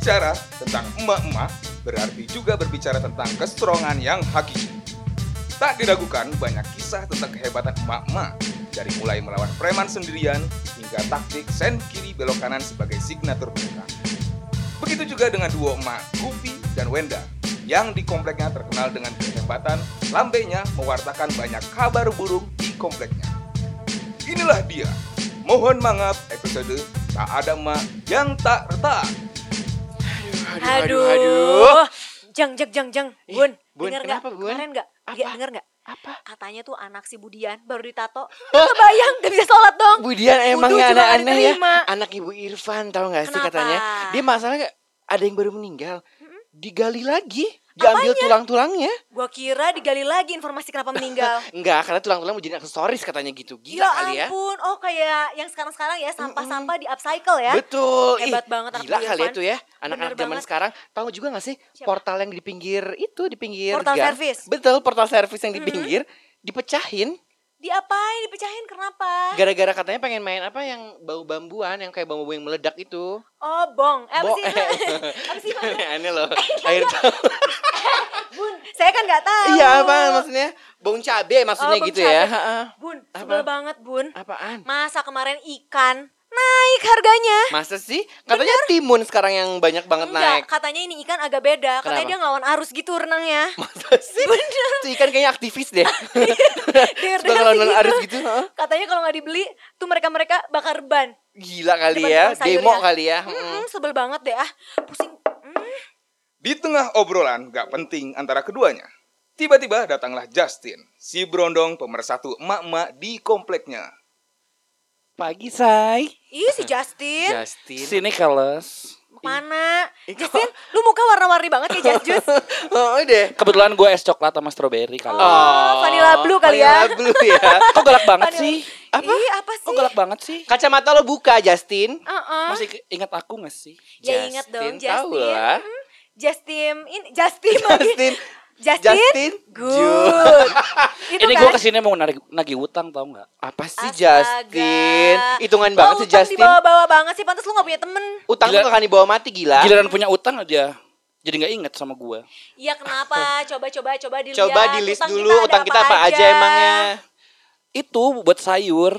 Berbicara tentang emak-emak berarti juga berbicara tentang keserongan yang hakiki. Tak diragukan banyak kisah tentang kehebatan emak-emak, dari mulai melawan preman sendirian hingga taktik sen kiri belok kanan sebagai signatur mereka. Begitu juga dengan duo emak Gupi dan Wenda yang di kompleknya terkenal dengan kehebatan lambenya mewartakan banyak kabar burung di kompleknya. Inilah dia, mohon mangap episode Tak Ada Emak yang Tak Retak. Aduh. Jeng. Bun, Bun, denger kenapa, gak? Bun? Kemarin gak? Apa? Iya, denger gak? Apa? Katanya tuh anak si Budian baru ditato. Kebayang, gak bisa sholat dong. Budian emangnya Wudu juga gak aneh-aneh ya. diterima. Anak Ibu Irfan tahu gak sih Kenapa? katanya. Dia masalahnya ada yang baru meninggal. Digali lagi. Diambil tulang-tulangnya. Gua kira digali lagi informasi kenapa meninggal. Enggak, karena tulang-tulang mau jadi aksesoris katanya gitu. Gila Ya kali ya. ampun, oh kayak yang sekarang-sekarang ya, sampah-sampah di upcycle ya. Betul. Hebat banget anak Gila Bu kali Irfan. itu ya. Anak-anak Bener zaman banget. sekarang tahu juga gak sih Siapa? portal yang di pinggir itu, di pinggir Portal gang? service. Betul, portal service yang di pinggir dipecahin Diapain, dipecahin, kenapa? gara-gara katanya pengen main apa yang bau bambuan, yang kayak bambu yang meledak itu. Oh, bong. Apa Bo- sih? Apa sih? Pak? Aneh loh. Air tahu. Bun, saya kan gak tahu. Iya, apa maksudnya? Bong cabe maksudnya bong gitu cabe. ya. Heeh. Bun, Apa? sebel banget, Bun. Apaan? Masa kemarin ikan naik harganya? Masa sih? Katanya timun sekarang yang banyak banget naik. Katanya ini ikan agak beda. Katanya Kenapa? dia ngelawan arus gitu renangnya. Masa sih? Bener. Itu ikan kayaknya aktivis deh. Suka Dengar ngelawan sih arus gitu. gitu. Heeh. Katanya kalau nggak dibeli, tuh mereka bakar ban. Gila kali Depan ya. tukang sayur Demo ya. kali ya. Sebel banget deh ah. Pusing. Di tengah obrolan gak penting antara keduanya, tiba-tiba datanglah Justin, si berondong pemersatu emak-emak di kompleknya. Pagi, Say. Ih si Justin. Justin. Sini, Keles. Mana? Justin, lu muka warna-warni banget kayak Just Juice. Oh, deh. Kebetulan gue es coklat sama stroberi kali. Oh, vanilla blue kali ya. Vanilla blue ya. Kok galak banget Vanilla. sih? Apa? Ih, apa sih? Kok galak banget sih? Kacamata lo buka, Justin. Masih ingat aku gak sih? Ya ingat dong Justin. Tahu lah. Justin lagi. Justin. Justin, good. Itu Ini kan? gue kesini mau nagih utang, tau gak? Apa sih Astaga. Justin? Hitungan Lo banget sih utang Justin. dibawa-bawa banget sih, pantas lu gak punya temen. Utang Gila. tuh gak akan dibawa mati gila. Giliran punya utang aja. Jadi gak inget sama gue. Iya kenapa? Coba dilihat. Coba di list dulu utang kita apa aja emangnya. Itu buat sayur.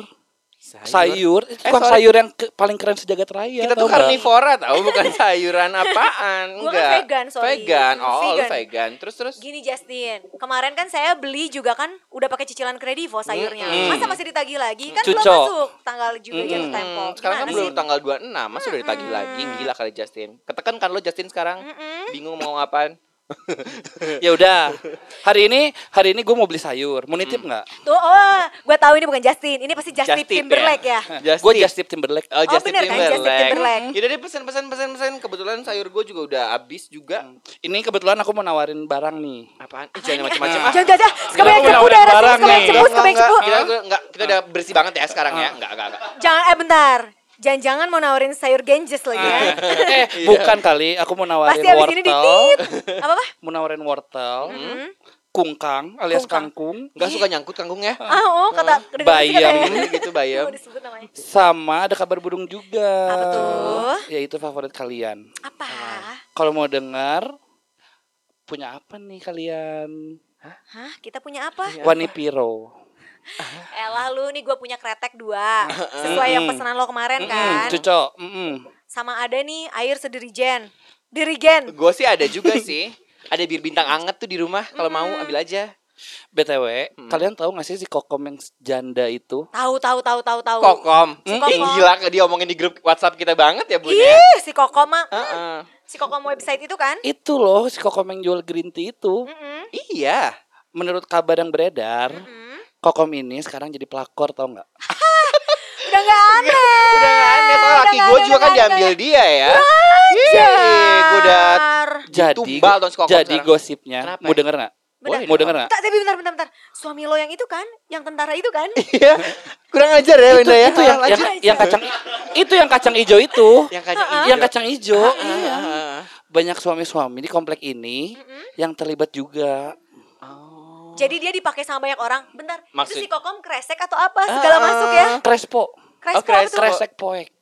Sayur. Itu tukang sorry. sayur yang paling keren sejagat raya. Kita tau tuh nggak? karnivora tau, bukan sayuran apaan. Gua kan Enggak. vegan, sorry. Vegan. Oh, lu Vegan. vegan. Terus. Gini Justin, kemarin kan saya beli juga kan udah pakai cicilan Kredivo sayurnya. Masa masih ditagih lagi? Kan belum Cucok. masuk tanggal juga jatuh tempo. Sekarang kan Gimana belum sih? tanggal 26, masa udah ditagih lagi. Gila kali Justin. Ketekan kan lo Justin sekarang? Bingung mau apaan? Ya udah. Hari ini gue mau beli sayur. Mau nitip nggak? Tuh, gue tahu ini bukan Justin. Ini pasti Justin Timberlake ya. Gue Justin Timberlake. Oh, Justin bener kan, Justin Timberlake. Yaudah deh pesen. Kebetulan sayur gue juga udah habis juga. Ini kebetulan aku mau nawarin barang nih. Apaan? Jangan macam-macam ah. Jangan. Kebanyakan Aku cepu nawarin darah, barang kebanyakan nih. cepu, kebanyakan cepu. Kita udah bersih banget ya sekarang ya. Enggak. Jangan, bentar. Jangan mau nawarin sayur genjes lagi ya. Bukan kali. Aku mau nawarin Pasti abis ini wortel. ditit. Apa? Mau nawarin wortel. Kungkang alias Kungkang. kangkung. Enggak suka nyangkut kangkungnya. Kata Bayam. Gitu bayam. Oh, disebut namanya. Sama ada kabar burung juga. Apa tuh? Yaitu favorit kalian. Apa? Kalau mau dengar, punya apa nih kalian? Hah? Kita punya apa? Wanipiro. Elah lu nih gue punya kretek 2. Sesuai yang pesanan lo kemarin kan. Cocok. Sama ada nih air sedirigen. Dirigen. Gue sih ada juga sih. Ada bir bintang anget tuh di rumah. Kalau mau ambil aja. BTW, kalian tahu gak sih si Kokom yang janda itu? Tahu. Kokom. Si Kokom. Gila dia omongin di grup WhatsApp kita banget ya Bun ya. Ih, si Kokom mah. Heeh. Si Kokom website itu kan? Itu loh si Kokom yang jual green tea itu. Iya. Menurut kabar yang beredar, Kokom ini sekarang jadi pelakor, tau gak? Udah gak aneh. Udah gak aneh. Soalnya laki gue juga kan diambil dia ya. Gue udah tumbal dong si Kokom Jadi sekarang. gosipnya, Kenapa mau ya? denger gak? Bener. Mau denger gak? Tak, tapi bentar. Suami lo yang itu kan? Yang tentara itu kan? Iya. Kurang ajar ya Wenda ya. Itu yang kacang hijau itu. Yang kacang Yang kacang hijau. Iya. Banyak suami-suami di komplek ini yang terlibat juga. Jadi dia dipakai sama banyak orang. Bentar, Maksud- itu si Kokom kresek atau apa? Segala masuk ya? Krespo. Kresek kresek. apa tuh? Kresek poek.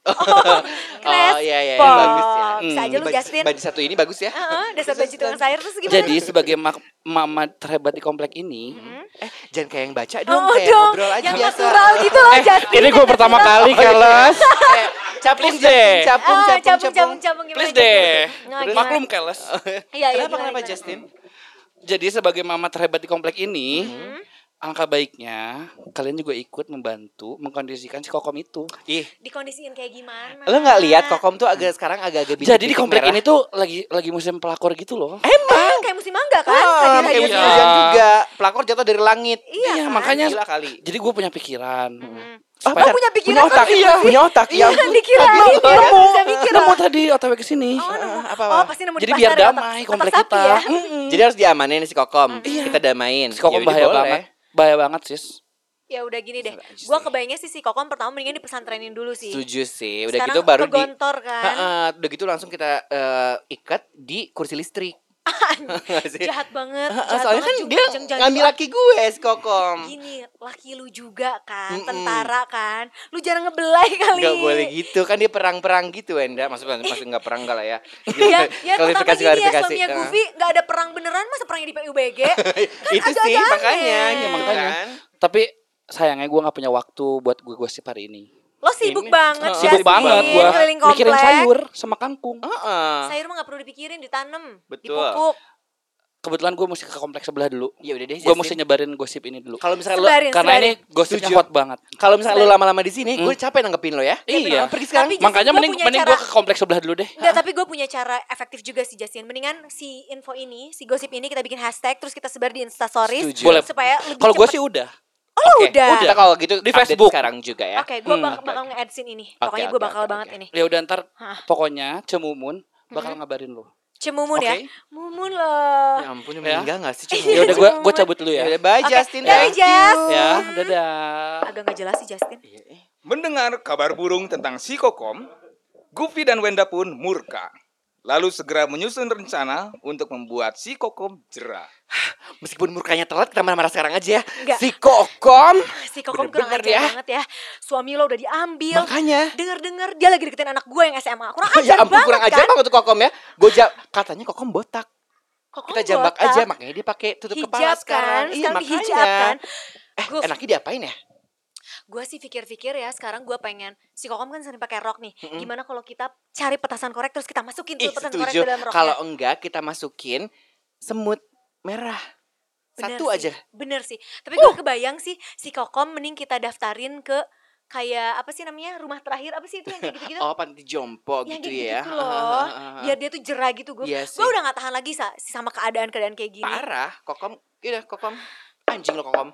Oh iya Respon. bagus ya. Bisa aja lu, Justin. Baju satu ini bagus ya. Dasar baju tukang sayur terus gimana? Jadi sebagai mama terhebat di komplek ini, Jangan kayak yang baca dong, Oh kayak dong, ngobrol aja yang biasa. natural gitu loh, Justin. ini gue pertama kali keles. Capung Please deh. capung Cabung gimana? Please deh. Nah, gimana? Maklum keles. Iya, Kenapa gimana? Justin? Jadi sebagai mama terhebat di komplek ini, alangkah baiknya kalian juga ikut membantu mengkondisikan si Kokom itu. Ih, Dikondisiin kayak gimana? lo nggak lihat Kokom tuh sekarang agak-agak Jadi di komplek ini tuh lagi musim pelakor gitu loh. Emang kayak musim mangga kan? kayak Hadiah-hadiahnya. musim Iya. hujan juga. Pelakor jatuh dari langit. Iya, kan? makanya Gila kali. jadi gue punya pikiran. Oh, punya pikiran punya otak, kan? iya, punya otak. Iya, dikirain ya, bisa mikir. Nemu tadi OTW ke sini. Oh, pasti nemu di Jadi pasar biar ya, damai otak komplek sapi kita. ya. Jadi harus diamanin si Kokom. Kita damain. Si Kokom Ya udah, bahaya boleh. banget. Bahaya banget, sis. Ya udah gini deh. Bisa aja Gua sih. kebayangnya sih si Kokom pertama mendingan dipesantrenin dulu sih. Setuju sih. Udah Sekarang gitu baru di kegontor kan. Udah gitu langsung kita ikat di kursi listrik. Nggak sih? Jahat banget. Soalnya kan dia jangan ngambil laki gue si Kokom. Gini, laki lu juga kan, tentara kan. Lu jarang ngebelai kali. Gak boleh gitu kan dia perang-perang gitu Wenda. Maksudnya nggak perang enggak lah ya. Ya pertama gini ya suaminya Goofy gak ada perang beneran, masa perangnya di PUBG? Kan Itu sih agak-agak makanya, aneh. ya makanya. Tapi sayangnya gue gak punya waktu buat gue gosip hari ini. Lo sibuk Ini- banget, Sibuk Justin, banget gue keliling mikirin komplek. sayur sama kangkung. Sayur mah gak perlu dipikirin, ditanam, Betul. dipupuk. Kebetulan gue mesti ke kompleks sebelah dulu. Ya udah deh. Gue mesti nyebarin gosip ini dulu. Kalau misalnya lu Karena ini gosipnya Setuju. hot banget. kalau misalnya lu lama-lama di sini, gue capek nanggepin lo ya. Iya. Pergi sekarang. Tapi Justin, Makanya gua mending punya gue cara- ke kompleks sebelah dulu deh. Enggak, tapi gue punya cara efektif juga sih Justin. Mendingan si info ini, si gosip ini kita bikin hashtag terus kita sebar di Instastories. Setuju. Boleh. Supaya lebih Kalau gue cepet. sih udah. Oh, lu Oke, udah. Kita kalau gitu Di update Facebook. sekarang juga ya. Oke, gue oke, bakal oke. nge-adsin ini. Oke, Pokoknya oke, gue bakal oke, banget oke. ini. Ya udah ntar Hah. pokoknya Cemumun bakal ngabarin lo. Cemumun ya. Oke. Mumun loh. Ya ampun, Ya. meninggal gak sih? Iya, Ya udah gue cabut dulu Ya ya. udah, bye Oke, Justin. dadah, Thank Jas. you. Ya, dadah. Agak gak jelas sih Justin. Mendengar kabar burung tentang si Kokom, Goofy dan Wenda pun murka. Lalu segera menyusun rencana untuk membuat si Kokom jerah. Meskipun murkanya telat, kita marah-marah sekarang aja ya. Enggak. Si Kokom. Si Kokom kurang Bener-bener ajar banget ya. Suami lo udah diambil. Makanya. Dengar-dengar dia lagi deketin anak gue yang SMA. Kurang ajar Ya ampun, banget kurang ajar kan. banget tuh Kokom ya. Katanya Kokom botak. Kokom Kita jambak botak. aja, makanya dia pakai tutup kepala Hijab sekarang. kan, sekarang dihijab kan. Guf, Enaknya diapain ya? gue sih pikir-pikir ya sekarang gue pengen si Kokom kan sering pakai rok nih. Gimana kalau kita cari petasan korek terus kita masukin tuh petasan korek Setuju. ke dalam roknya. Kalau enggak kita masukin semut merah. Bener Satu sih, aja. Bener sih. Tapi gue kebayang sih si Kokom mending kita daftarin ke kayak apa sih namanya rumah terakhir apa sih itu yang kayak gitu-gitu. Oh, panti jompo Yang gitu kayak ya. gitu loh. Biar dia tuh jerah gitu gue. Iya sih. Gue udah gak tahan lagi sama keadaan-keadaan kayak gini. Parah, Kokom. Udah, Kokom. Anjing lo Kokom.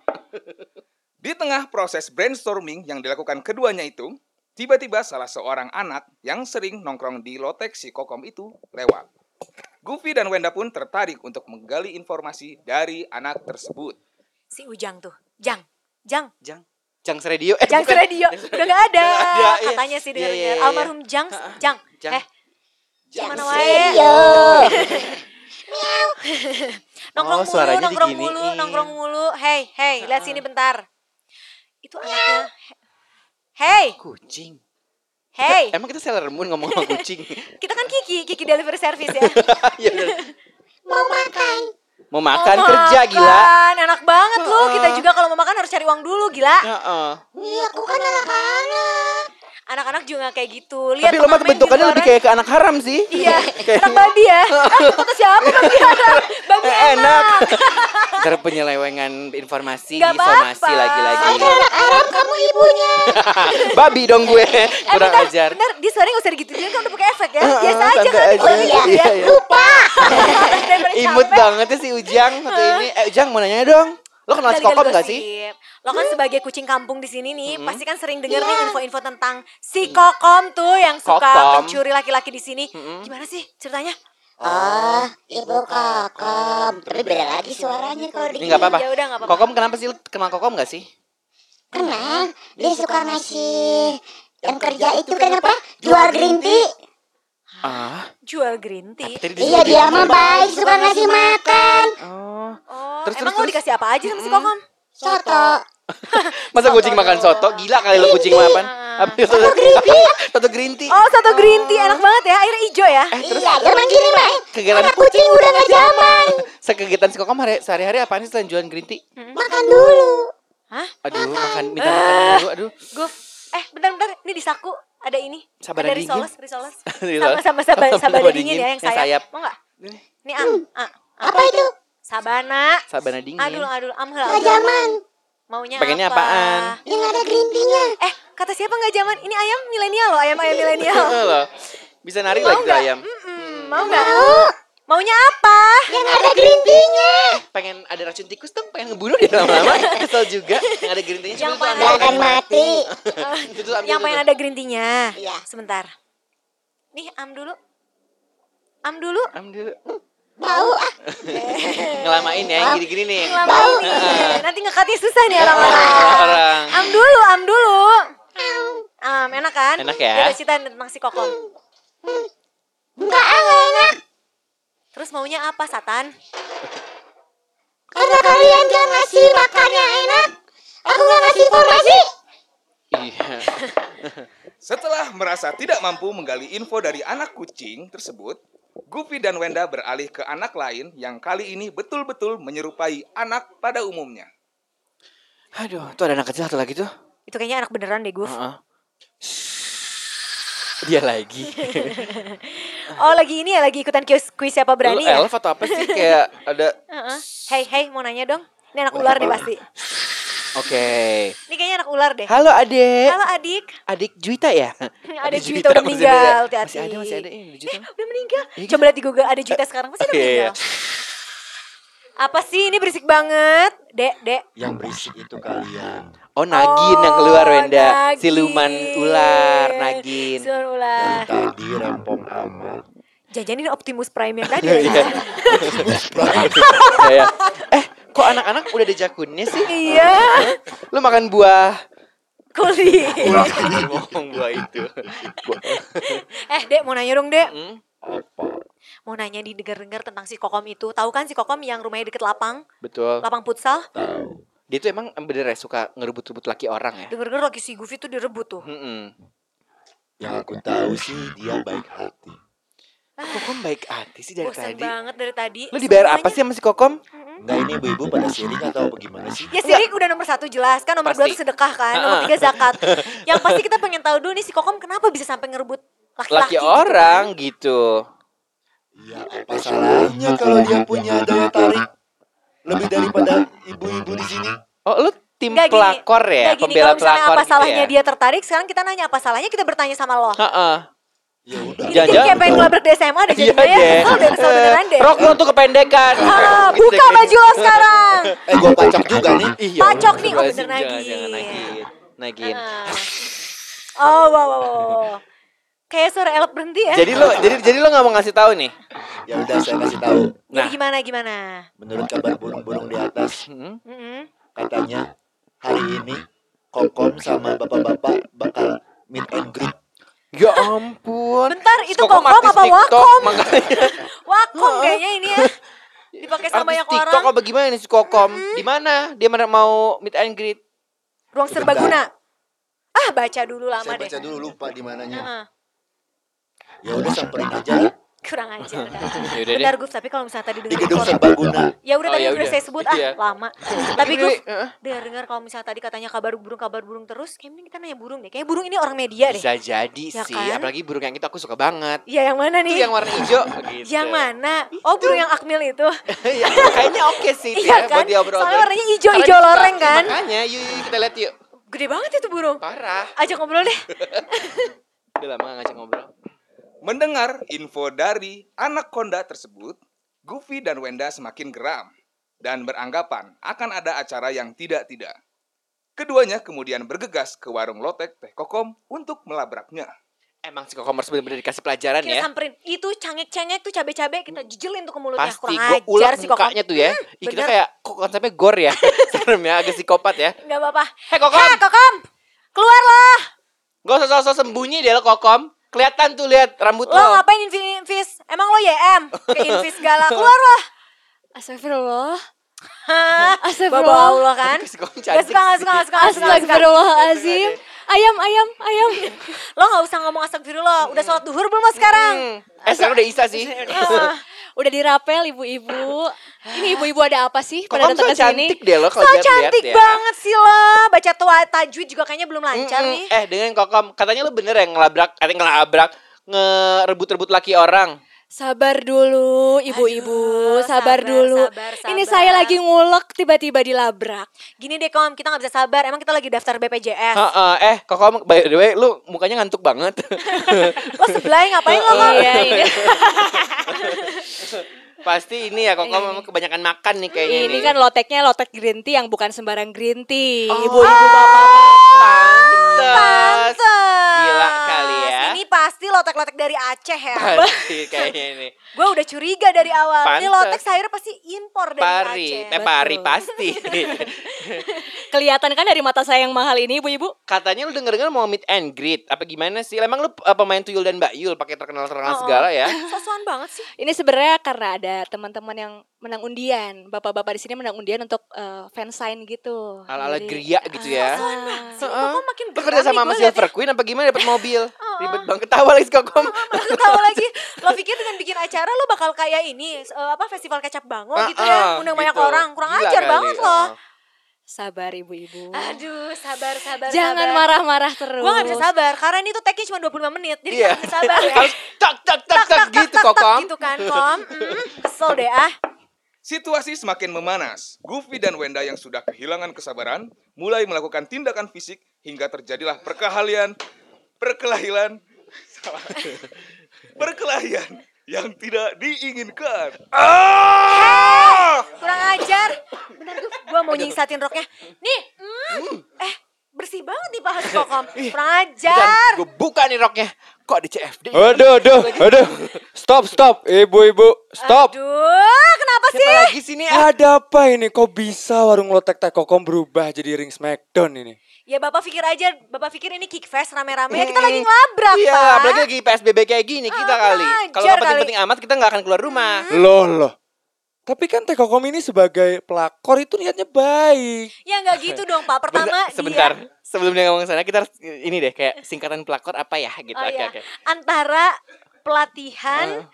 Di tengah proses brainstorming yang dilakukan keduanya itu, tiba-tiba salah seorang anak yang sering nongkrong di lotek si Kokom itu lewat. Goofy dan Wenda pun tertarik untuk menggali informasi dari anak tersebut. Si Ujang tuh. Jang. Jang Radio. Jang Bukan. Radio. Udah gak ada. Udah nggak ada, iya. Katanya sih dengar-dengar. Iya, iya, iya. Almarhum Jang. Jang. Jang. Gimana Jang wae? Nongkrong Oh, suaranya mulu, diginiin. nongkrong mulu. Hey, lihat sini bentar. Itu anaknya. Hey, Kucing. hey. Emang kita Sailor Moon ngomong sama kucing? Kita kan Kiki delivery service ya. Iya bener. Mau Mau makan kerja makan. gila. Enak banget lu. Kita juga kalau mau makan harus cari uang dulu, gila. Heeh. Anak-anak juga kayak gitu. Lihat Tapi lo mah teman main bentukannya di lebih luaran. kayak ke anak haram sih. Iya, anak babi ya. Kata siapa babi haram? Babi enak. Ntar penyelewengan informasi, Gak informasi apa-apa. lagi-lagi. Arab kamu ibunya. Babi dong gue. Kurang bentar, ajar. Bener, di suaranya gak usah digituin kan udah pakai efek ya. Biasa aja santai kan. aja. Kalau gitu Iya, ya. iya. Lupa. Daripada Imut capek. banget ya si Ujang satu ini. Ujang mau nanya dong. Lo kenal si Balikan Kokom gak gosip. sih? Lo kan sebagai kucing kampung di sini nih, pasti kan sering denger nih info-info tentang si Kokom tuh yang suka Kokom. pencuri laki-laki di sini. Gimana sih ceritanya? Oh, ibu Kokom. Tapi beda lagi suaranya kalau Ini gak apa-apa. Ya udah, nggak apa-apa. Kokom kenapa sih? Lo kenal Kokom gak sih? kenal. Dia suka ngasih yang kerja itu kenapa? Jual green tea. Jual green tea. Tadi Iya dia mah baik suka ngasih makan. Oh. Oh, Terus, emang terus, lo dikasih apa aja sama si Kokom? Soto. Masa kucing makan soto? Gila kali lo kucing makan. Ambil satu green tea. Oh, soto green tea enak banget ya. Airnya hijau ya. Iya, zaman gini mah. Kegiatan Anak kucing udah gak zaman. Kegiatan si Kokom sehari-hari apaan sih selain jualan green tea? Makan dulu. Hah? Aduh, minta makan dulu. Aduh. Guf. Bentar. Ini di saku ada ini. Sabana ada dingin. risoles. Risoles. Sama sabana dingin ya yang sayap. Mau enggak? Ini Apa itu? Sabana dingin. Adul amhel. Gak zaman. Maunya Pengennya apa? apaan? Yang ada green tea-nya. Kata siapa nggak zaman? Ini ayam milenial loh, ayam milenial. Loh. Bisa nari Mau lagi tuh nggak? ayam. Mau nggak? Maunya apa? Yang ada green tea-nya. Pengen ada racun tikus dong, pengen ngebunuh dia lama-lama. Kesel juga. Yang ada green tea-nya. Yang coba pengen tuh Gak ambil. akan mati. Itu ambil Yang tuh. pengen ada green tea-nya. Iya. Sebentar. Nih, am dulu. Ambil. Bau ah. Ngelamain ya, yang gini-gini nih. Lama ini. Nanti ngekatnya susah nih orang-orang. Orang. Am dulu. Enak kan? Enak ya? Dia udah cerita tentang si Kokom. Gak enak. Terus maunya apa, Satan? Karena kalian gak ngasih makannya enak. Aku gak ngasih informasi. Iya. Setelah merasa tidak mampu menggali info dari anak kucing tersebut, Goofy dan Wenda beralih ke anak lain yang kali ini betul-betul menyerupai anak pada umumnya. Aduh, tuh ada anak kecil satu lagi tuh. Itu kayaknya anak beneran deh, Guf. Dia lagi. Oh, lagi ini ya, lagi ikutan kuis siapa berani Lu ya? elf atau apa sih? Kayak ada. Hey, mau nanya dong. Ini anak ular deh pasti. Oke. Ini kayaknya anak ular deh. Halo adek. Halo adik. Adik Juwita ya? Ada Juwita udah meninggal, hati-hati. Masih ada Juwita. Udah meninggal. Iya. Coba lihat di Google ada Juwita sekarang pasti udah Oke. meninggal. Apa sih ini berisik banget? Dek. Yang berisik itu kalian. Oh Nagin yang keluar Wenda. Nagin. Siluman ular Nagin. Siluman Dari ular. tadi rempong amat. Jajan ini Optimus Prime yang tadi Iya. ya? Ya. Kok anak-anak udah ada jakunnya sih? Iya. Lu makan buah. Kuli. Ngomong buah itu. Dek mau nanya dong, Dek. Apa? Mau nanya dengar tentang si Kokom itu. Tahu kan si Kokom yang rumahnya deket lapang Betul. futsal? Tahu. Dia tuh emang bener ya suka ngerebut-rebut laki orang ya? Dengar lagi si Goofy tuh direbut tuh. Yang aku tahu sih dia baik hati. Kokom baik hati sih dari Bosan tadi. banget dari tadi. Lu dibayar apa sih sama si Kokom? Enggak, ini ibu-ibu pada sirik atau bagaimana sih? Ya sirik udah nomor 1 jelas kan, nomor 2 Pasti. tuh sedekah kan, nomor 3 zakat. Yang pasti kita pengen tahu dulu nih si Kokom kenapa bisa sampai ngerebut laki-laki Laki orang gitu. Iya, apa salahnya kalau dia punya daya tarik lebih daripada ibu-ibu di sini? Oh lu tim Nggak gini, pelakor ya? Nggak gini, Pembela kalau misalnya pelakor apa gitu salahnya ya? dia tertarik, sekarang kita nanya apa salahnya, kita bertanya sama lo. Ya udah. Ini jadi kayak pengen ngelabrak di SMA deh Iya jadinya ya. deh. Kesel beneran deh. Rok lo tuh kependekan. Buka baju lo sekarang. Gue pacok juga nih. Iya, Pacok nih, oh astagfirullahaladzim, bener jangan Nagin. Nagin. Oh wow. Kayak suara elok berhenti ya. Jadi lo nggak mau ngasih tahu nih? Ya udah, saya kasih tahu. Jadi gimana? Menurut kabar burung-burung di atas, Mm-mm. katanya hari ini Kokom sama bapak-bapak bakal meet and greet. Ya ampun. Bentar, itu Kokom Kokom artis apa TikTok, Wakom? makanya. Wakom kayaknya ini ya. Dipakai sama banyak Artis TikTok orang. apa gimana nih si Kokom? Di mana dia mau meet and greet? Ruang serbaguna. Baca dulu lama Saya deh. baca dulu, lupa di mananya. Heeh. Ya udah samperin aja Kurang ajar. Ya udah deh. Bentar Guf, tapi kalau misalnya tadi di dengar gedung suara- serbaguna. Ya udah Oh, tadi ya udah udah. saya sebut Iya. lama. Tapi Guf, Heeh. dengar kalau misalnya tadi katanya kabar burung terus, kayaknya kita nanya burung deh. Kayaknya burung ini orang media deh. Bisa jadi Ya sih, kan? apalagi burung yang itu aku suka banget. Iya, yang mana Itu nih? yang warna hijau gitu. Yang mana? Oh, burung yang akmil itu. Ya, kayaknya oke sih itu Iya ya, kan? buat diobrol. Soalnya warnanya Karena hijau dia suka- loreng kan? Makanya, yuk kita lihat yuk. Gede banget itu burung. Parah. Ajak ngobrol deh. Udah lama gak ngajak ngobrol. Mendengar info dari anaconda tersebut, Goofy dan Wenda semakin geram dan beranggapan akan ada acara yang tidak-tidak. Keduanya kemudian bergegas ke warung lotek Teh Kokom untuk melabraknya. Emang si Kokom harus bener-bener dikasih pelajaran Kita ya. samperin. Itu cengek-cengek tuh cabe-cabe kita jejelin tuh ke mulutnya. Pasti Kurang gue ajar ulek si Kokom. mukanya tuh ya. Ih, kita bener. kayak kok konsepnya gore ya. Serem ya, agak psikopat ya. Enggak apa-apa. Hei Kokom, Hei Kokom, keluar loh. gak usah sosok sembunyi deh lo Kokom. Kelihatan tuh lihat rambut Lo lo. ngapain invis? Emang lo YM? Ke invis segala. Keluar loh. Astagfirullah. Hah? Astagfirullah. Bawa Allah kan? Si Kokom Gak cantik. suka. Astagfirullahalazim. Ayam. Lo gak usah ngomong astagfirullah. Udah sholat duhur belum lo sekarang? Sekarang udah Isa sih. Udah dirapel ibu-ibu. Ini ibu-ibu ada apa sih? Kok Pada kamu datang so ke sini. cantik deh lo kalau So lihat-lihat cantik ya. banget sih lo. Baca tajwid juga kayaknya belum lancar nih. Dengan Kokom, katanya lo bener ya ngelabrak, ngerebut-rebut laki orang. Sabar dulu ibu-ibu, sabar dulu. sabar. Ini saya lagi ngulek tiba-tiba dilabrak. Gini deh Kom, kita gak bisa sabar. Emang kita lagi daftar BPJS. Kokom, by the way, lu mukanya ngantuk banget. Lo sebelah ngapain lo Kom? Iya. Pasti ini ya, Kokom memang kebanyakan makan nih kayaknya. Ini kan loteknya lotek green tea yang bukan sembarang green tea. Oh. Ibu-ibu bapak-bapak. Pantes. Gila kali ya. Ini pasti lotek-lotek dari Aceh ya. Pasti kayaknya ini. Gue udah curiga dari awal. Ini Pantes. lotek sayur pasti impor dari Aceh. Pari Betul. pasti. Kelihatan kan dari mata saya yang mahal ini ibu-ibu. Katanya lu denger-denger mau meet and greet. Apa gimana sih? Emang lu pemain Tuyul dan Mbak Yul pakai terkenal-terkenal segala ya? Sosokan banget sih. Ini sebenarnya karena ada teman-teman yang menang undian. Bapak-bapak di sini menang undian untuk fansign gitu. Ala-ala Jadi- geria gitu ya. Kok makin Lu kerja sama gue Silver Queen apa gimana dapat mobil? Ribet banget, ketawa lagi Kokom. tahu lagi. Lo pikir dengan bikin acara lo bakal kayak ini festival kecap bango gitu ya, undang banyak gitu. orang. Kurang Gila ajar kali. banget lo. Sabar ibu-ibu. Aduh, sabar. Jangan marah-marah terus. Gue gak bisa sabar karena ini tuh tag-nya cuma 25 menit. Jadi Iya. gak bisa sabar ya. Harus tak gitu Kokom. gitu kan, Kom. Kesel deh Situasi semakin memanas. Goofy dan Wenda yang sudah kehilangan kesabaran mulai melakukan tindakan fisik hingga terjadilah perkelahian yang tidak diinginkan. Kurang ajar. Bentar gue mau nyingsatin roknya. Nih, bersih banget nih paha si Kokom. Kurang ajar. Gue buka nih roknya. Kok di CFD? Aduh. Stop. Ibu-ibu, stop. Aduh, kenapa sih? Siapa lagi sini? Ada apa ini? Kok bisa warung lotek Teh Kokom berubah jadi ring Smackdown ini? Ya Bapak pikir aja, Bapak pikir ini kickfest rame-rame. Ya kita lagi ngelabrak, Iya, Pak. apalagi lagi PSBB kayak gini kita kali. ajar Kalau nggak kali. penting-penting amat kita nggak akan keluar rumah. Loh. Tapi kan Teh Kokom ini sebagai pelakor itu niatnya baik. Ya nggak gitu dong, Pak. Pertama Sebentar, dia sebelum dia ngomong sana kita harus ini deh kayak singkatan pelakor apa ya gitu. Oh, iya. Oke. Antara pelatihan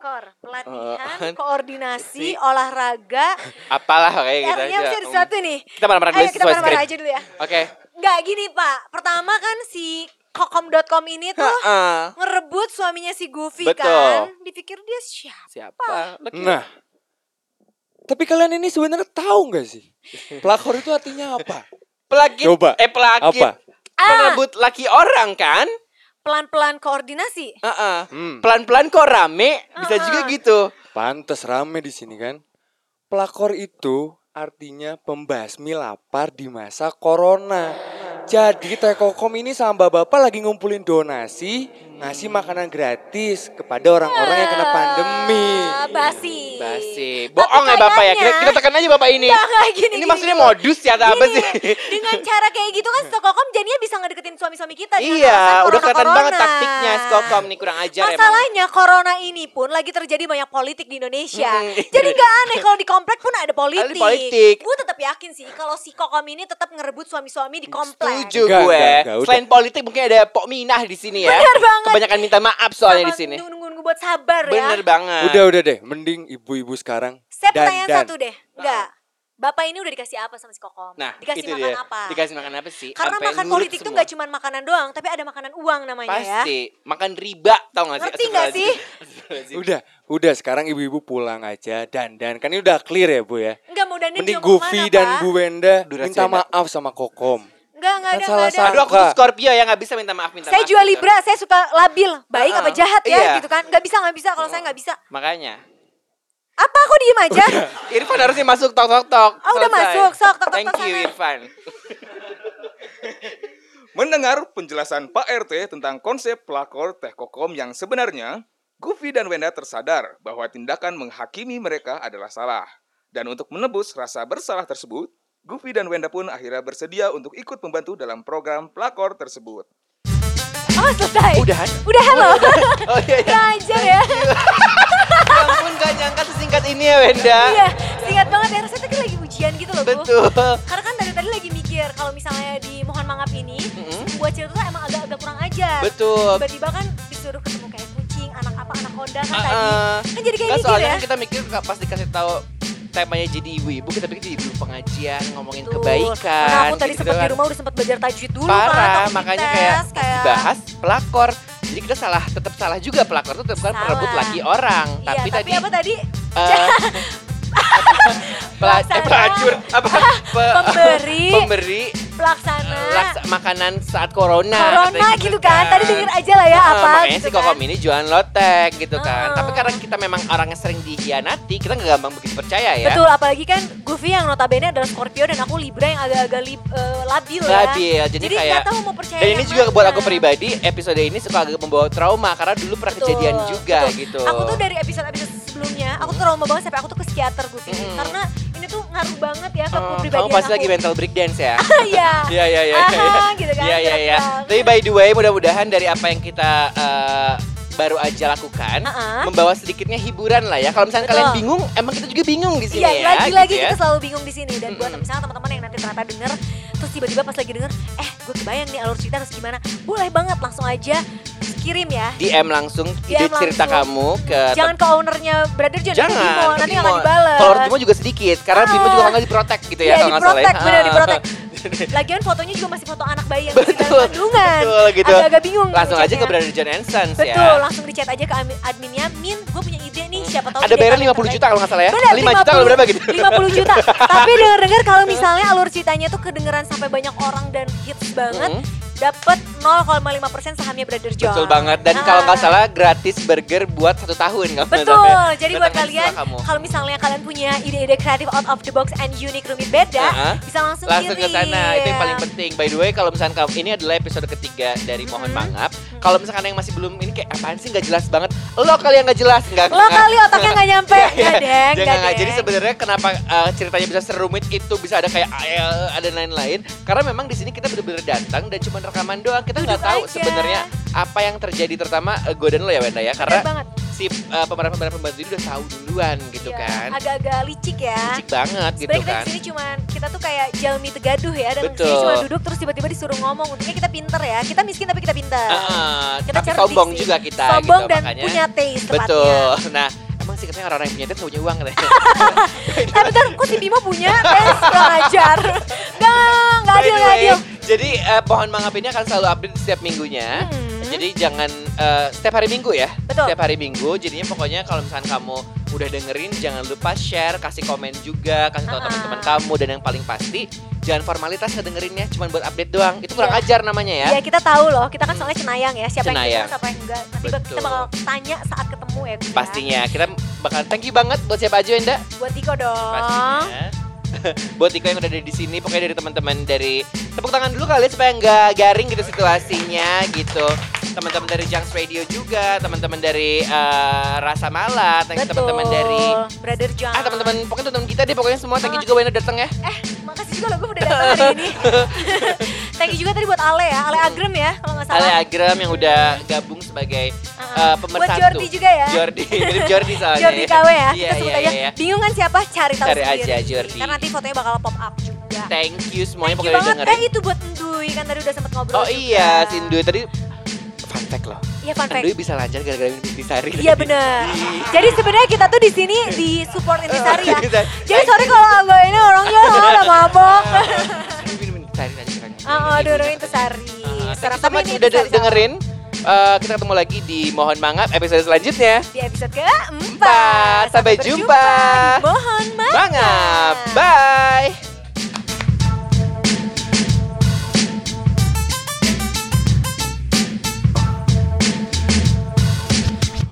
koordinasi, olahraga. Apalah kayak gitu Artinya aja. mesti ada sesuatu nih. Kita marah-marah dulu Ayo kita sesuai marah-marah skrip. aja dulu ya. Oke. Nggak gini, Pak. Pertama kan si kokom.com ini tuh Heeh. ngerebut suaminya si Goofy Betul. kan. Dipikir dia siapa? Siapa? Lo kira- Nah, tapi kalian ini sebenarnya tahu nggak sih? Pelakor itu artinya apa? Pelakit. Coba. Pelakit. Apa? Merebut laki orang kan? Pelan-pelan koordinasi. Heeh. Pelan-pelan kok rame, bisa juga gitu. Pantes rame di sini kan. Pelakor itu artinya pembasmi lapar di masa corona. Jadi Teh Kokom ini sama bapak lagi ngumpulin donasi, ngasih makanan gratis kepada orang-orang yang kena pandemi. Basi. Bohong ya bapak ya. kayaknya- Kita tekan aja bapak ini. Nggak, gini, Ini gini, maksudnya gini. modus ya atau apa Gini, sih? Dengan cara kayak gitu kan Kokom jadinya bisa ngedeketin suami-suami kita. dengan alasan Iya, udah kelihatan corona-corona. banget taktiknya Skokom nih kurang ajar emang. Masalahnya corona ini pun lagi terjadi banyak politik di Indonesia. Hmm. Jadi gak aneh kalau di komplek pun ada politik. Ada politik. Gue tetap yakin sih kalau si Kokom ini tetap ngerebut suami-suami di komplek. Setuju Enggak, gue. enggak, udah. Selain politik mungkin ada Pok Minah di sini ya. Bener banget. Kebanyakan minta maaf soalnya di Sama sini. nunggu-nunggu buat sabar Bener ya. banget. Udah deh, mending ibu-ibu sekarang Saya pertanyaan dandan. satu deh. Enggak. Bapak ini udah dikasih apa sama si Kokom? Nah, dikasih itu makan dia. apa? Dikasih makan apa sih? Karena Sampai makan nurut politik tuh semua. gak cuma makanan doang, tapi ada makanan uang namanya ya. Pasti. Makan riba tau gak sih? Ngerti nggak sih? Udah sekarang ibu-ibu pulang aja dandan. Kan ini udah clear ya Bu ya. Enggak mau dandan Mending juga mau Goofy kemana, dan Pak? Bu Wenda Durasi minta Wenda. maaf sama Kokom. Enggak Kan ada, salah enggak ada. Aduh aku tuh Scorpio ya gak bisa minta maaf. Saya juga Libra, saya suka labil, baik apa jahat ya Iya. gitu kan. Gak bisa kalau saya gak bisa. Makanya. Apa aku diem aja? Irfan harusnya masuk tok. Oh, udah Selesai. masuk. Sok, tok Thank you sana. Irfan. Mendengar penjelasan Pak RT tentang konsep pelakor Teh Kokom yang sebenarnya, Goofy dan Wenda tersadar bahwa tindakan menghakimi mereka adalah salah. Dan untuk menebus rasa bersalah tersebut, Goofy dan Wenda pun akhirnya bersedia untuk ikut membantu dalam program pelakor tersebut. Oh selesai. Udahan? Udahan loh. Oh iya. Belajar ya. Ya ampun gak nyangka sesingkat ini ya Wenda. Iya, singkat banget ya. Rasanya tadi lagi ujian gitu loh Bu. Betul. Karena kan dari tadi lagi mikir Cir, kalau misalnya di Mohon Mangap ini, buat Cir tuh emang agak kurang ajar. Betul. Tiba-tiba kan disuruh ketemu kayak kucing, anak Honda kan tadi. Kan jadi kayak Kan gitu soalnya ya. kan kita mikir pas dikasih tahu temanya jadi ibu-ibu, kita pikir jadi ibu pengajian, ngomongin Tuh. kebaikan. Karena aku tadi gitu sempat kan. di rumah udah sempat belajar tajwid dulu Parah, kan. takut makanya dites, kayak dibahas pelakor. Jadi kita tetap salah juga, pelakor itu tetap kan Salah. perebut laki orang. Iya, Tapi tadi apa tadi? pelacur apa pemberi Pelaksana makanan saat corona Corona gitu kan. Tadi denger aja lah ya apa makanya gitu si Kokom kan. ini jualan lotek gitu kan. Tapi karena kita memang orangnya sering dikhianati, kita nggak gampang begitu percaya ya. Betul, apalagi kan Goofy yang notabene adalah Scorpio dan aku Libra yang agak-agak labil ya. Labil, jadi kayak nggak tahu mau percaya dan ini yang juga buat mana. aku pribadi, episode ini suka agak membawa trauma karena dulu pernah Betul, kejadian juga betul. gitu. Aku tuh dari episode sebelumnya, aku tuh trauma banget sampai aku tuh ke psikiater Goofy. Karena ini tuh ngaruh banget ya ke kepribadian kamu pasti aku. lagi mental breakdance ya. Iya. Iya. Aha, gitu kan. Iya. gerak-gerak. Tapi by the way, mudah-mudahan dari apa yang kita baru aja lakukan, membawa sedikitnya hiburan lah ya. Kalau misalnya Betul. kalian bingung, emang kita juga bingung di sini Iya, ya. lagi-lagi gitu ya. kita selalu bingung di sini. Dan buat misalnya teman-teman yang nanti ternyata denger, terus tiba-tiba pas lagi denger, gue kebayang nih alur cerita harus gimana. Boleh banget, langsung aja kirim ya. DM langsung ide cerita kamu ke Jangan ke ownernya Brother John, Jangan, ke Bimo, ke nanti Bimo. nggak dibales. Follower Bimo juga sedikit, karena Bimo juga kalau nggak diprotek gitu ya. Iya, kalau nggak salah diprotek, ya. bener diprotek. Lagian fotonya juga masih foto anak bayi yang masih dalam Betul, kandungan. betul gitu. Agak-agak bingung. Langsung aja ke ngechatnya. Brother John and Sons ya. Betul, langsung di chat aja ke adminnya, Min, gue punya ide nih, siapa tahu Ada ide bayaran kalian 50 terbaik. juta kalau nggak salah ya. Bener, 5 juta kalau berapa gitu. 50 juta. Tapi denger-denger kalau misalnya alur ceritanya tuh kedengeran sampai banyak orang dan hits banget, dapat 0,5% sahamnya Brother John. Betul banget. Dan kalau nggak salah gratis burger buat 1 tahun. Betul. Jadi buat Datang aja kalian, setelah kamu. kalau misalnya kalian punya ide-ide kreatif out of the box and unique rumit beda, bisa langsung ke kirim. sana. Itu yang paling penting. By the way, kalau misalkan kamu ini adalah episode ketiga dari Mohon Mangap. Kalau misalkan yang masih belum ini kayak apaan sih nggak jelas banget. Lo kali yang nggak jelas enggak. Lo kali otaknya nggak nyampe. Nggak deng, nggak Jangan. deng. Jadi sebenarnya kenapa ceritanya bisa serumit itu, bisa ada kayak ada lain-lain. Karena memang di sini kita benar-benar datang dan cuma rekaman doang. Kita nggak tahu aja. sebenarnya apa yang terjadi, terutama gue dan lo ya Wenda ya. Karena banget. si pemeran pembantu ini udah tahu duluan gitu Iya, kan. agak-agak licik ya. Licik banget gitu Sebenarnya kita kan. di sini cuman kita tuh kayak jalmi tegaduh ya, dan di Betul. sini cuma duduk terus tiba-tiba disuruh ngomong. Untungnya kita pinter ya. Kita miskin tapi kita pinter. Kita Tapi cerdik sombong sih. juga kita Sombong gitu, dan makanya. punya taste tepatnya. Betul. Nah, emang sih katanya orang-orang yang punya taste gak punya uang katanya. Tapi bentar, kok si Bimo punya taste? Kurang ajar. Nggak adil, nggak adil. Jadi Pohon Mangap ini akan selalu update setiap minggunya. Jadi jangan setiap hari Minggu ya. Betul. Setiap hari Minggu. Jadinya pokoknya kalau misalkan kamu udah dengerin, jangan lupa share, kasih komen juga, kasih tahu teman-teman kamu, dan yang paling pasti jangan formalitas ngedengerinnya, cuma buat update doang. Itu kurang ajar namanya ya. Iya, kita tahu loh. Kita kan soalnya cenayang ya. Siapa Cenayang. yang denger, siapa yang enggak. Nanti Betul. kita bakal tanya saat ketemu ya. Gus, ya. Pastinya kita bakal thank you banget buat siapa aja Wenda. Buat Tiko dong. Pastinya. Buat Iko yang udah ada di sini, pokoknya dari teman-teman dari tepuk tangan dulu kali supaya nggak garing gitu situasinya gitu. Teman-teman dari Junks Radio juga, teman-teman dari Rasa Malat, teman-teman dari Brother John. teman-teman pokoknya teman-teman kita deh pokoknya semua. Thank you juga Wenda datang ya. Makasih juga loh, gue udah datang hari ini. Thank you juga tadi buat Ale ya, Ale Agrem ya kalau nggak salah. Ale Agram yang udah gabung sebagai pemersatu. Buat Jordi juga ya. Jordi, mirip Jordi soalnya. Jordi KW ya, Iya, kita sebut iya, aja. iya. Bingung kan siapa? Cari tahu Cari sendiri. aja Jordi. Karena nanti fotonya bakal pop up juga. Thank you semuanya Thank you pokoknya banget. dengerin. Itu buat Ndui kan tadi udah sempet ngobrol Oh juga. iya, Sindu tadi fun fact loh. Iya, fun fact. Ndui bisa lancar gara-gara minum Intisari. Iya bener. Jadi sebenarnya kita tuh di sini di support Intisari ya. Intisari. Jadi sorry kalau agak ini orangnya udah mabok. Minum Intisari tadi kan. Aduh, Intisari. Sekarang Tapi sama ini udah Intisari dengerin. Kita ketemu lagi di Mohon Mangap episode selanjutnya. di episode ke-4. Sampai jumpa. di Mohon Mangap. Mangap. Bye.